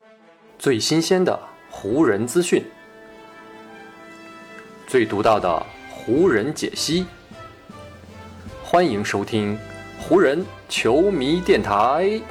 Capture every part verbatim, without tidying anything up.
最新鲜的湖人资讯，最独到的湖人解析。欢迎收听湖人球迷电台。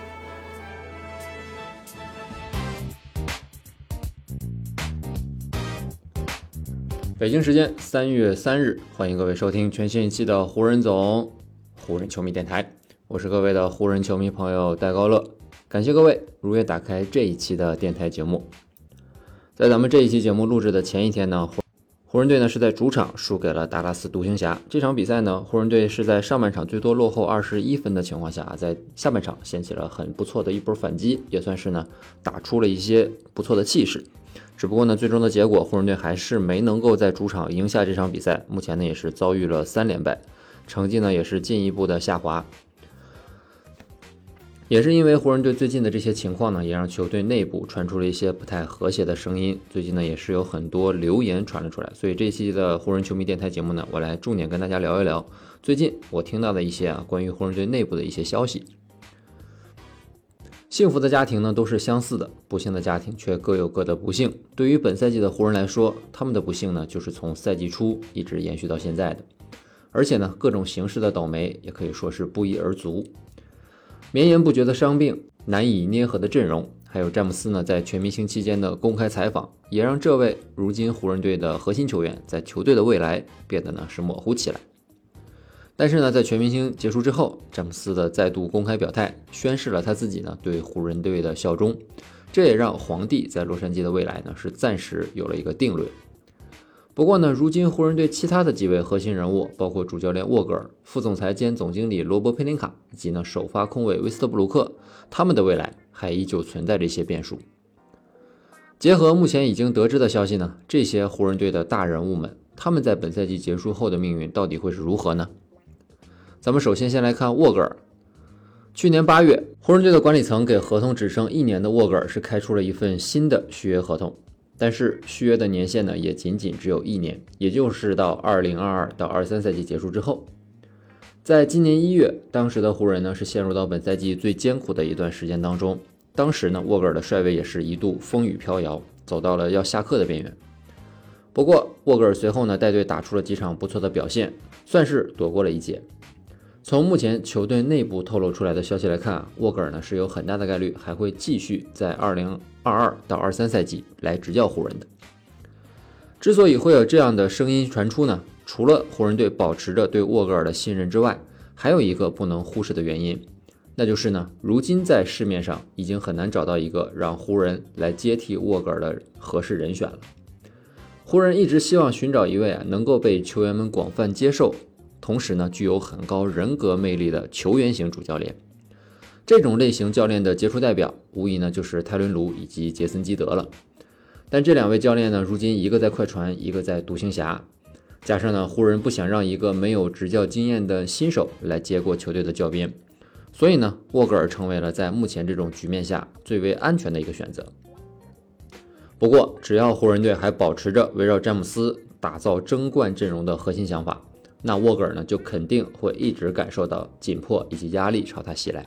北京时间三月三日，欢迎各位收听全新一期的湖人总湖人球迷电台，我是各位的湖人球迷朋友戴高乐，感谢各位如约打开这一期的电台节目。在咱们这一期节目录制的前一天呢，湖人队呢是在主场输给了达拉斯独行侠。这场比赛呢，湖人队是在上半场最多落后二十一分的情况下，在下半场掀起了很不错的一波反击，也算是呢打出了一些不错的气势。只不过呢，最终的结果湖人队还是没能够在主场赢下这场比赛，目前呢也是遭遇了三连败，成绩呢也是进一步的下滑。也是因为湖人队最近的这些情况呢，也让球队内部传出了一些不太和谐的声音。最近呢，也是有很多流言传了出来，所以这期的湖人球迷电台节目呢，我来重点跟大家聊一聊最近我听到的一些啊关于湖人队内部的一些消息。幸福的家庭呢都是相似的，不幸的家庭却各有各的不幸。对于本赛季的湖人来说，他们的不幸呢就是从赛季初一直延续到现在的，而且呢各种形式的倒霉也可以说是不一而足。绵延不绝的伤病，难以捏合的阵容，还有詹姆斯呢在全明星期间的公开采访，也让这位如今湖人队的核心球员在球队的未来变得呢是模糊起来。但是呢，在全明星结束之后，詹姆斯的再度公开表态，宣示了他自己呢对湖人队的效忠，这也让皇帝在洛杉矶的未来呢是暂时有了一个定论。不过呢，如今湖人队其他的几位核心人物，包括主教练沃格尔、副总裁兼总经理罗伯·佩林卡以及呢首发控卫威斯特布鲁克，他们的未来还依旧存在着一些变数。结合目前已经得知的消息呢，这些湖人队的大人物们，他们在本赛季结束后的命运到底会是如何呢？咱们首先先来看沃格尔。去年八月，湖人队的管理层给合同只剩一年的沃格尔是开出了一份新的续约合同，但是续约的年限呢也仅仅只有一年，也就是到二零二二到二三赛季结束之后。在今年一月，当时的湖人呢是陷入到本赛季最艰苦的一段时间当中，当时呢沃格尔的帅位也是一度风雨飘摇，走到了要下课的边缘。不过沃格尔随后呢带队打出了几场不错的表现，算是躲过了一劫。从目前球队内部透露出来的消息来看，沃格尔呢是有很大的概率还会继续在二零二二到二三赛季来执教湖人的。之所以会有这样的声音传出呢，除了湖人队保持着对沃格尔的信任之外，还有一个不能忽视的原因，那就是呢，如今在市面上已经很难找到一个让湖人来接替沃格尔的合适人选了。湖人一直希望寻找一位啊能够被球员们广泛接受，同时呢，具有很高人格魅力的球员型主教练。这种类型教练的杰出代表，无疑呢就是泰伦卢以及杰森基德了。但这两位教练呢，如今一个在快船，一个在独行侠，加上呢，湖人不想让一个没有执教经验的新手来接过球队的教鞭，所以呢，沃格尔成为了在目前这种局面下最为安全的一个选择。不过，只要湖人队还保持着围绕詹姆斯打造争冠阵容的核心想法，那沃格尔呢就肯定会一直感受到紧迫以及压力朝他袭来。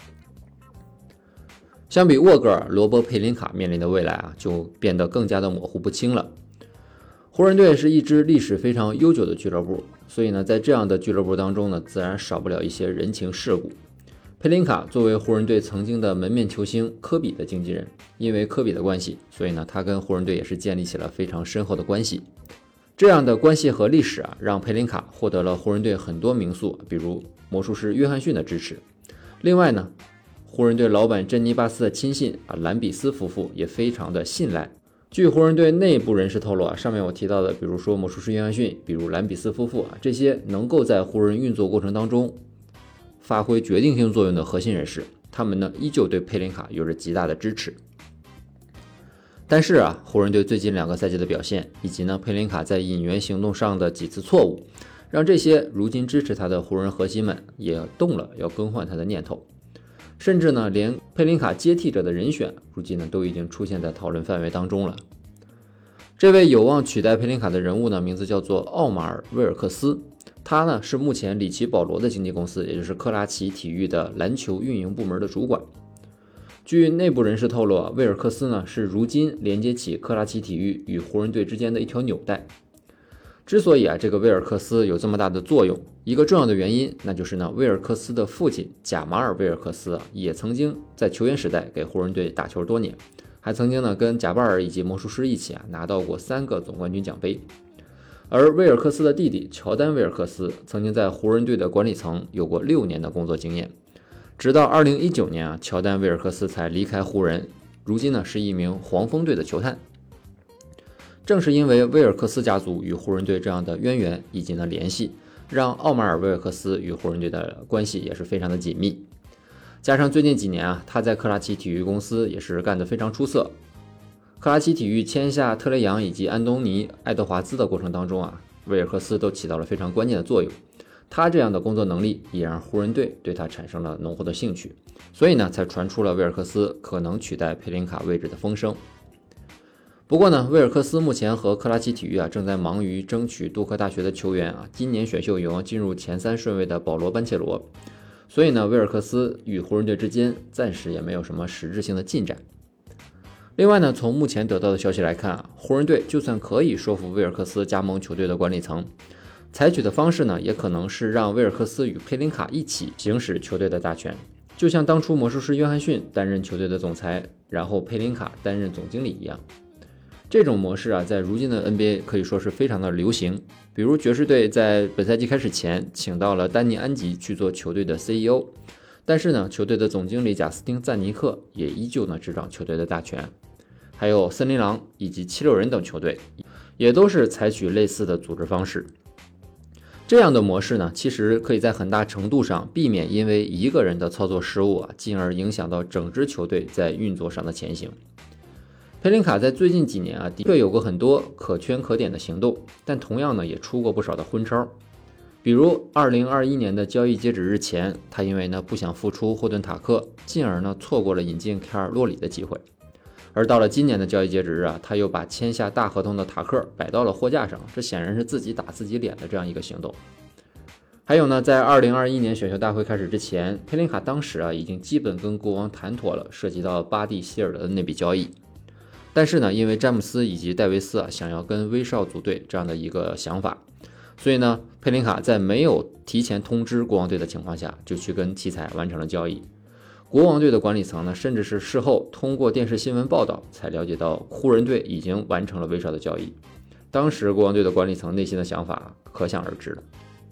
相比沃格尔，罗伯·佩林卡面临的未来啊就变得更加的模糊不清了。湖人队是一支历史非常悠久的俱乐部，所以呢，在这样的俱乐部当中呢，自然少不了一些人情世故。佩林卡作为湖人队曾经的门面球星科比的经纪人，因为科比的关系，所以呢，他跟湖人队也是建立起了非常深厚的关系。这样的关系和历史啊，让佩林卡获得了湖人队很多名宿，比如魔术师约翰逊的支持。另外呢，湖人队老板珍妮巴斯的亲信啊兰比斯夫妇也非常的信赖。据湖人队内部人士透露啊，上面我提到的，比如说魔术师约翰逊，比如兰比斯夫妇啊，这些能够在湖人运作过程当中发挥决定性作用的核心人士，他们呢依旧对佩林卡有着极大的支持。但是啊，湖人队最近两个赛季的表现，以及呢佩林卡在引援行动上的几次错误，让这些如今支持他的湖人核心们也动了要更换他的念头，甚至呢连佩林卡接替者的人选，如今呢都已经出现在讨论范围当中了。这位有望取代佩林卡的人物呢，名字叫做奥马尔·威尔克斯，他呢是目前里奇保罗的经纪公司，也就是克拉奇体育的篮球运营部门的主管。 据内部人士透露啊，威尔克斯呢是如今连接起克拉奇体育与湖人队之间的一条纽带。之所以啊这个威尔克斯有这么大的作用，一个重要的原因，那就是呢威尔克斯的父亲贾马尔·威尔克斯啊也曾经在球员时代给湖人队打球多年，还曾经呢跟贾巴尔以及魔术师一起啊拿到过三个总冠军奖杯。而威尔克斯的弟弟乔丹·威尔克斯曾经在湖人队的管理层有过六年的工作经验，直到二零一九年啊，乔丹·威尔克斯才离开湖人，如今呢是一名黄蜂队的球探。正是因为威尔克斯家族与湖人队这样的渊源以及呢联系，让奥马尔·威尔克斯与湖人队的关系也是非常的紧密。加上最近几年啊，他在克拉奇体育公司也是干得非常出色。克拉奇体育签下特雷杨以及安东尼·爱德华兹的过程当中啊，威尔克斯都起到了非常关键的作用。他这样的工作能力也让湖人队对他产生了浓厚的兴趣，所以呢，才传出了威尔克斯可能取代佩林卡位置的风声。不过呢，威尔克斯目前和克拉奇体育啊正在忙于争取杜克大学的球员啊，今年选秀有望进入前三顺位的保罗·班切罗，所以呢，威尔克斯与湖人队之间暂时也没有什么实质性的进展。另外呢，从目前得到的消息来看啊，湖人队就算可以说服威尔克斯加盟球队的管理层，采取的方式呢，也可能是让威尔克斯与佩林卡一起行使球队的大权，就像当初魔术师约翰逊担任球队的总裁，然后佩林卡担任总经理一样。这种模式啊，在如今的 N B A 可以说是非常的流行。比如爵士队在本赛季开始前请到了丹尼安吉去做球队的 C E O， 但是呢，球队的总经理贾斯汀赞尼克也依旧呢执掌球队的大权。还有森林狼以及七六人等球队，也都是采取类似的组织方式。这样的模式呢，其实可以在很大程度上避免因为一个人的操作失误啊，进而影响到整支球队在运作上的前行。佩林卡在最近几年啊，的确有过很多可圈可点的行动，但同样呢，也出过不少的昏招。比如二零二一年的交易截止日前，他因为呢不想付出霍顿塔克，进而呢错过了引进凯尔洛里的机会。而到了今年的交易截止日啊，他又把签下大合同的塔克摆到了货架上，这显然是自己打自己脸的这样一个行动。还有呢，在二零二一年选秀大会开始之前，佩林卡当时啊已经基本跟国王谈妥了涉及到巴蒂希尔德的那笔交易。但是呢，因为詹姆斯以及戴维斯啊想要跟威少组队这样的一个想法，所以呢，佩林卡在没有提前通知国王队的情况下，就去跟奇才完成了交易。国王队的管理层呢，甚至是事后通过电视新闻报道才了解到湖人队已经完成了威少的交易。当时国王队的管理层内心的想法可想而知了。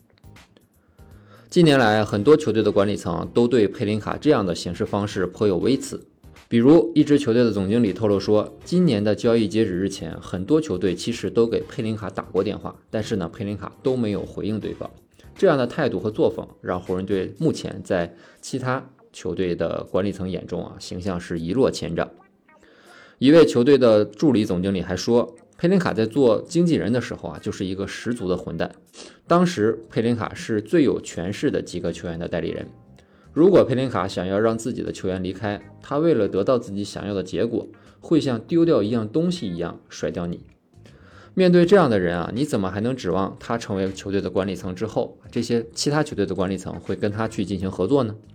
近年来，很多球队的管理层都对佩林卡这样的行事方式颇有微词。比如一支球队的总经理透露说，今年的交易截止日前，很多球队其实都给佩林卡打过电话，但是呢，佩林卡都没有回应对方。这样的态度和作风，让湖人队目前在其他球队的管理层眼中啊，形象是一落千丈。一位球队的助理总经理还说，佩林卡在做经纪人的时候啊，就是一个十足的混蛋。当时佩林卡是最有权势的几个球员的代理人。如果佩林卡想要让自己的球员离开，他为了得到自己想要的结果，会像丢掉一样东西一样甩掉你。面对这样的人啊，你怎么还能指望他成为球队的管理层之后，这些其他球队的管理层会跟他去进行合作呢？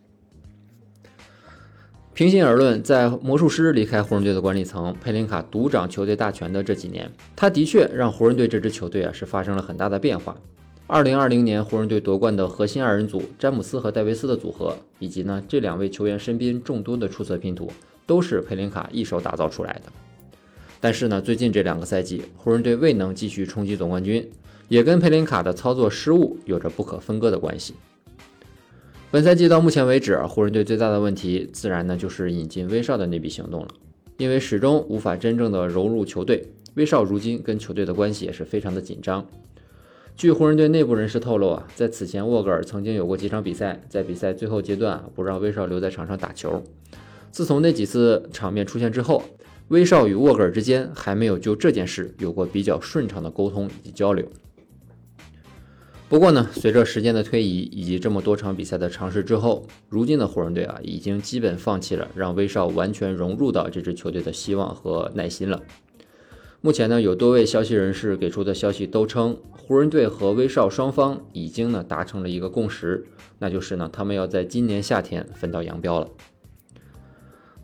平心而论，在魔术师离开湖人队的管理层，佩林卡独掌球队大权的这几年，他的确让湖人队这支球队啊是发生了很大的变化。二零二零年湖人队夺冠的核心二人组詹姆斯和戴维斯的组合，以及呢这两位球员身边众多的出色拼图，都是佩林卡一手打造出来的。但是呢，最近这两个赛季，湖人队未能继续冲击总冠军，也跟佩林卡的操作失误有着不可分割的关系。本赛季到目前为止，湖人队最大的问题自然呢就是引进威少的那笔行动了，因为始终无法真正的融入球队，威少如今跟球队的关系也是非常的紧张。据湖人队内部人士透露啊，在此前沃格尔曾经有过几场比赛，在比赛最后阶段啊，不让威少留在场上打球。自从那几次场面出现之后，威少与沃格尔之间还没有就这件事有过比较顺畅的沟通以及交流。不过呢，随着时间的推移以及这么多场比赛的尝试之后，如今的湖人队啊，已经基本放弃了让威少完全融入到这支球队的希望和耐心了。目前呢，有多位消息人士给出的消息都称，湖人队和威少双方已经呢达成了一个共识，那就是呢，他们要在今年夏天分道扬镳了。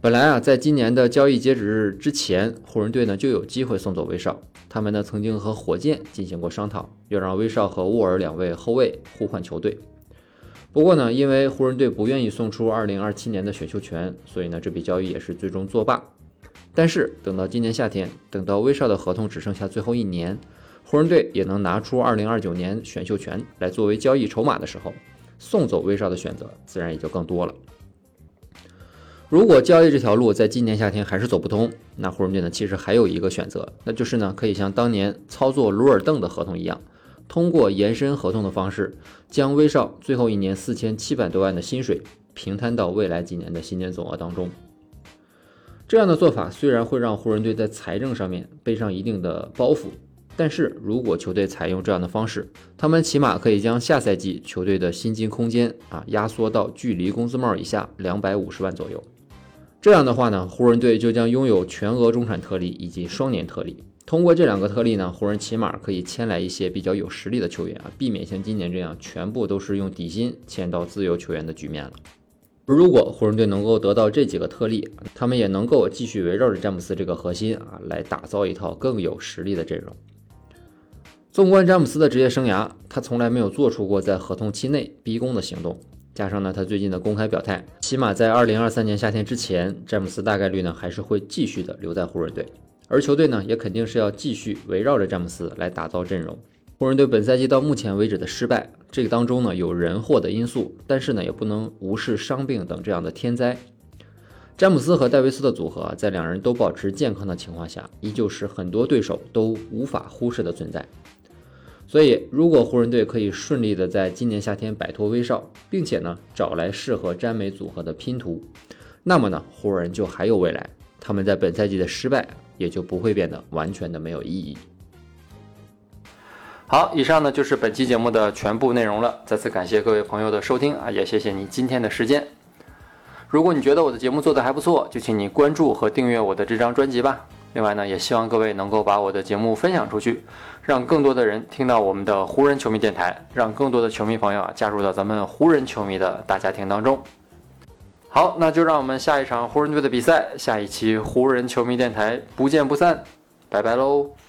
本来啊，在今年的交易截止日之前，湖人队呢就有机会送走威少。他们呢曾经和火箭进行过商讨，要让威少和沃尔两位后卫互换球队。不过呢，因为湖人队不愿意送出二零二七年的选秀权，所以呢这笔交易也是最终作罢。但是等到今年夏天，等到威少的合同只剩下最后一年，湖人队也能拿出二零二九年选秀权来作为交易筹码的时候，送走威少的选择自然也就更多了。如果交易这条路在今年夏天还是走不通，那湖人队呢其实还有一个选择，那就是呢可以像当年操作鲁尔邓的合同一样，通过延伸合同的方式，将威少最后一年四千七百多万的薪水平摊到未来几年的薪金总额当中。这样的做法虽然会让湖人队在财政上面背上一定的包袱，但是如果球队采用这样的方式，他们起码可以将下赛季球队的薪金空间啊压缩到距离工资帽以下两百五十万左右。这样的话呢，湖人队就将拥有全额中产特例以及双年特例。通过这两个特例呢，湖人起码可以签来一些比较有实力的球员啊，避免像今年这样全部都是用底薪签到自由球员的局面了。如果湖人队能够得到这几个特例，他们也能够继续围绕着詹姆斯这个核心啊，来打造一套更有实力的阵容。纵观詹姆斯的职业生涯，他从来没有做出过在合同期内逼宫的行动。加上呢，他最近的公开表态，起码在二零二三年夏天之前，詹姆斯大概率呢还是会继续的留在湖人队，而球队呢也肯定是要继续围绕着詹姆斯来打造阵容。湖人队本赛季到目前为止的失败，这个当中呢有人祸的因素，但是呢也不能无视伤病等这样的天灾。詹姆斯和戴维斯的组合在两人都保持健康的情况下，依旧是很多对手都无法忽视的存在。所以如果湖人队可以顺利的在今年夏天摆脱威少，并且呢找来适合詹美组合的拼图，那么呢湖人就还有未来，他们在本赛季的失败也就不会变得完全的没有意义。好，以上呢就是本期节目的全部内容了，再次感谢各位朋友的收听啊，也谢谢你今天的时间。如果你觉得我的节目做得还不错，就请你关注和订阅我的这张专辑吧。另外呢，也希望各位能够把我的节目分享出去，让更多的人听到我们的湖人球迷电台，让更多的球迷朋友啊加入到咱们湖人球迷的大家庭当中。好，那就让我们下一场湖人队的比赛，下一期湖人球迷电台不见不散，拜拜喽。